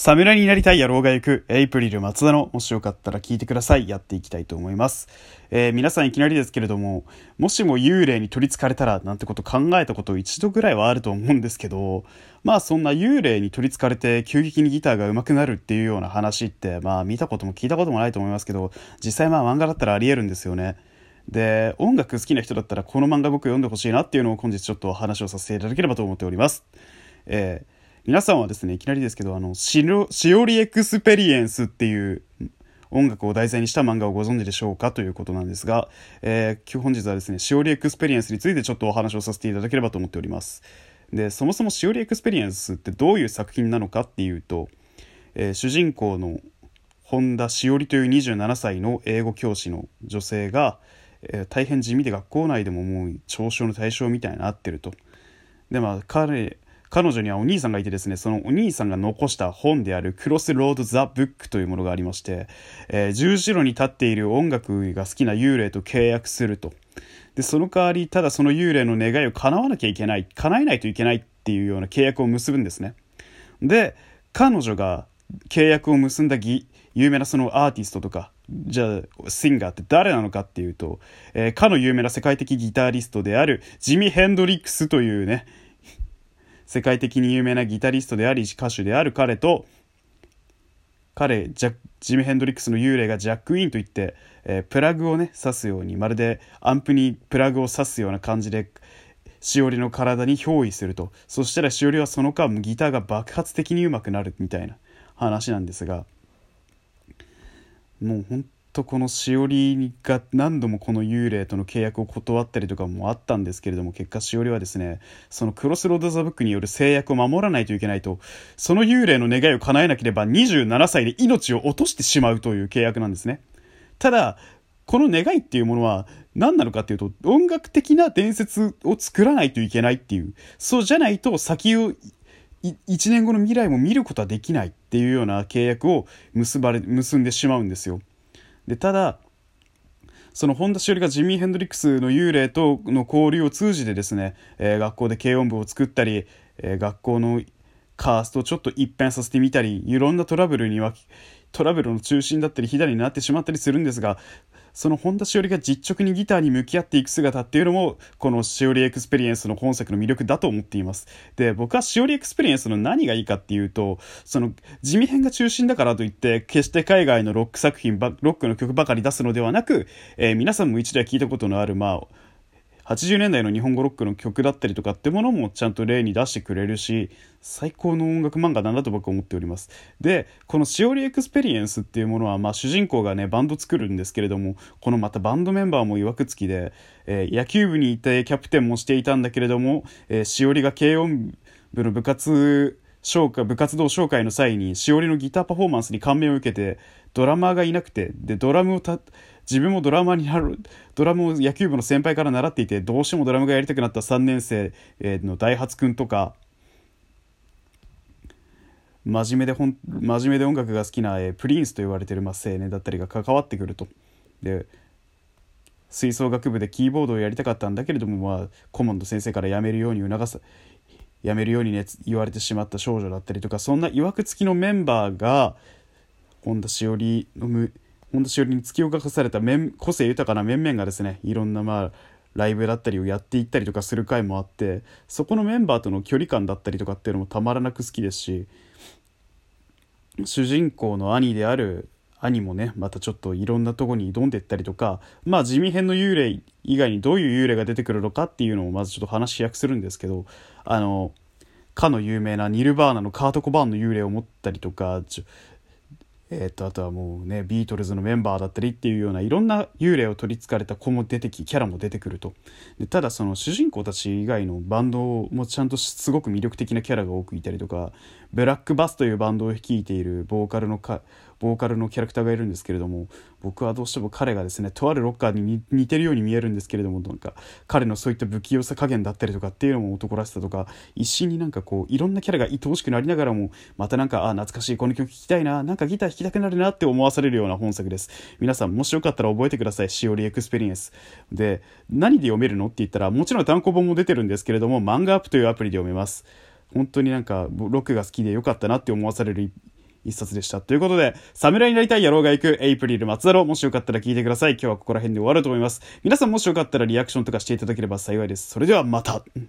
侍になりたい野郎が行くエイプリル松田の、もしよかったら聞いてください、やっていきたいと思います。皆さんいきなりですけれども、もしも幽霊に取り憑かれたらなんてこと考えたこと一度ぐらいはあると思うんですけど、そんな幽霊に取り憑かれて急激にギターが上手くなるっていうような話って見たことも聞いたこともないと思いますけど、実際漫画だったらありえるんですよね。で、音楽好きな人だったらこの漫画僕読んでほしいなっていうのを本日ちょっと話をさせていただければと思っております。皆さんはですね、いきなりですけど、しおりエクスペリエンスっていう音楽を題材にした漫画をご存知でしょうかということなんですが、今日本日はですね、しおりエクスペリエンスについてちょっとお話をさせていただければと思っております。で、そもそもしおりエクスペリエンスってどういう作品なのかっていうと、主人公の本田しおりという27歳の英語教師の女性が、大変地味で学校内でももう嘲笑の対象みたいになってると。で、彼女にはお兄さんがいてですね、そのお兄さんが残した本であるクロスロード・ザ・ブックというものがありまして、十字路に立っている音楽が好きな幽霊と契約すると。で、その代わりただその幽霊の願いを叶えないといけないっていうような契約を結ぶんですね。で、彼女が契約を結んだ有名なそのアーティストとか、じゃあシンガーって誰なのかっていうと、かの有名な世界的ギタリストであるジミ・ヘンドリックスというね、世界的に有名なギタリストであり歌手である彼と、ジミ・ヘンドリックスの幽霊がジャックインといって、プラグをね刺すように、まるでアンプにプラグを刺すような感じでしおりの体に憑依すると。そしたらしおりはその間ギターが爆発的に上手くなるみたいな話なんですが、もうほんとこのしおりが何度もこの幽霊との契約を断ったりとかもあったんですけれども、結果しおりはですね、そのクロスロード・ザ・ブックによる制約を守らないといけないと、その幽霊の願いを叶えなければ27歳で命を落としてしまうという契約なんですね。ただこの願いっていうものは何なのかっていうと、音楽的な伝説を作らないといけないっていう、そうじゃないと先を1年後の未来も見ることはできないっていうような契約を結んでしまうんですよ。で、ただその本田しおりがジミー・ヘンドリックスの幽霊との交流を通じてですね、学校で軽音部を作ったり、学校のカーストをちょっと一変させてみたり、いろんなトラブルの中心だったり火種になってしまったりするんですが、その本田しおりが実直にギターに向き合っていく姿っていうのもこのしおりエクスペリエンスの本作の魅力だと思っています。で、僕はしおりエクスペリエンスの何がいいかっていうと、その地味編が中心だからといって決して海外のロックの曲ばかり出すのではなく、皆さんも一度は聞いたことのある80年代の日本語ロックの曲だったりとかってものもちゃんと例に出してくれるし、最高の音楽漫画なんだと僕は思っております。で、このしおりエクスペリエンスっていうものは、主人公がねバンド作るんですけれども、このまたバンドメンバーも曰くつきで、野球部にいてキャプテンもしていたんだけれども、しおりが軽音部の部活動紹介の際にしおりのギターパフォーマンスに感銘を受けて、ドラマーがいなくて、で自分もドラムを野球部の先輩から習っていて、どうしてもドラムがやりたくなった3年生の大発くんとか、真面目で音楽が好きなプリンスと言われている青年だったりが関わってくると。で、吹奏楽部でキーボードをやりたかったんだけれども、顧問の先生からやめるようにね言われてしまった少女だったりとか、そんな曰くつきのメンバーが本田しおりに突き動かされた個性豊かな面々がですね、いろんなライブだったりをやっていったりとかする回もあって、そこのメンバーとの距離感だったりとかっていうのもたまらなく好きですし、主人公の兄もね、またちょっといろんなとこに挑んでいったりとか、地味編の幽霊以外にどういう幽霊が出てくるのかっていうのをまずちょっと話しするんですけど、かの有名なニルバーナのカート・コバーンの幽霊を持ったりとか、あとはもうねビートルズのメンバーだったりっていうようないろんな幽霊を取り憑かれたキャラも出てくると。で、ただその主人公たち以外のバンドもちゃんとすごく魅力的なキャラが多くいたりとか、ブラックバスというバンドを率いているボーカルのキャラクターがいるんですけれども、僕はどうしても彼がですね、とあるロッカーに似てるように見えるんですけれども、なんか彼のそういった不器用さ加減だったりとかっていうのも男らしさとか、一心になんかこういろんなキャラが愛おしくなりながらも、またなんか懐かしいこの曲聴きたいな、なんかギター弾きたくなるなって思わされるような本作です。皆さんもしよかったら覚えてください。しおりエクスペリエンスで、何で読めるのって言ったら、もちろん単行本も出てるんですけれども、漫画アップというアプリで読めます。本当になんかロックが好きでよかったなって思わされる一冊でした。ということで、侍になりたい野郎が行くエイプリル松太郎、もしよかったら聞いてください。今日はここら辺で終わると思います。皆さんもしよかったらリアクションとかしていただければ幸いです。それではまた。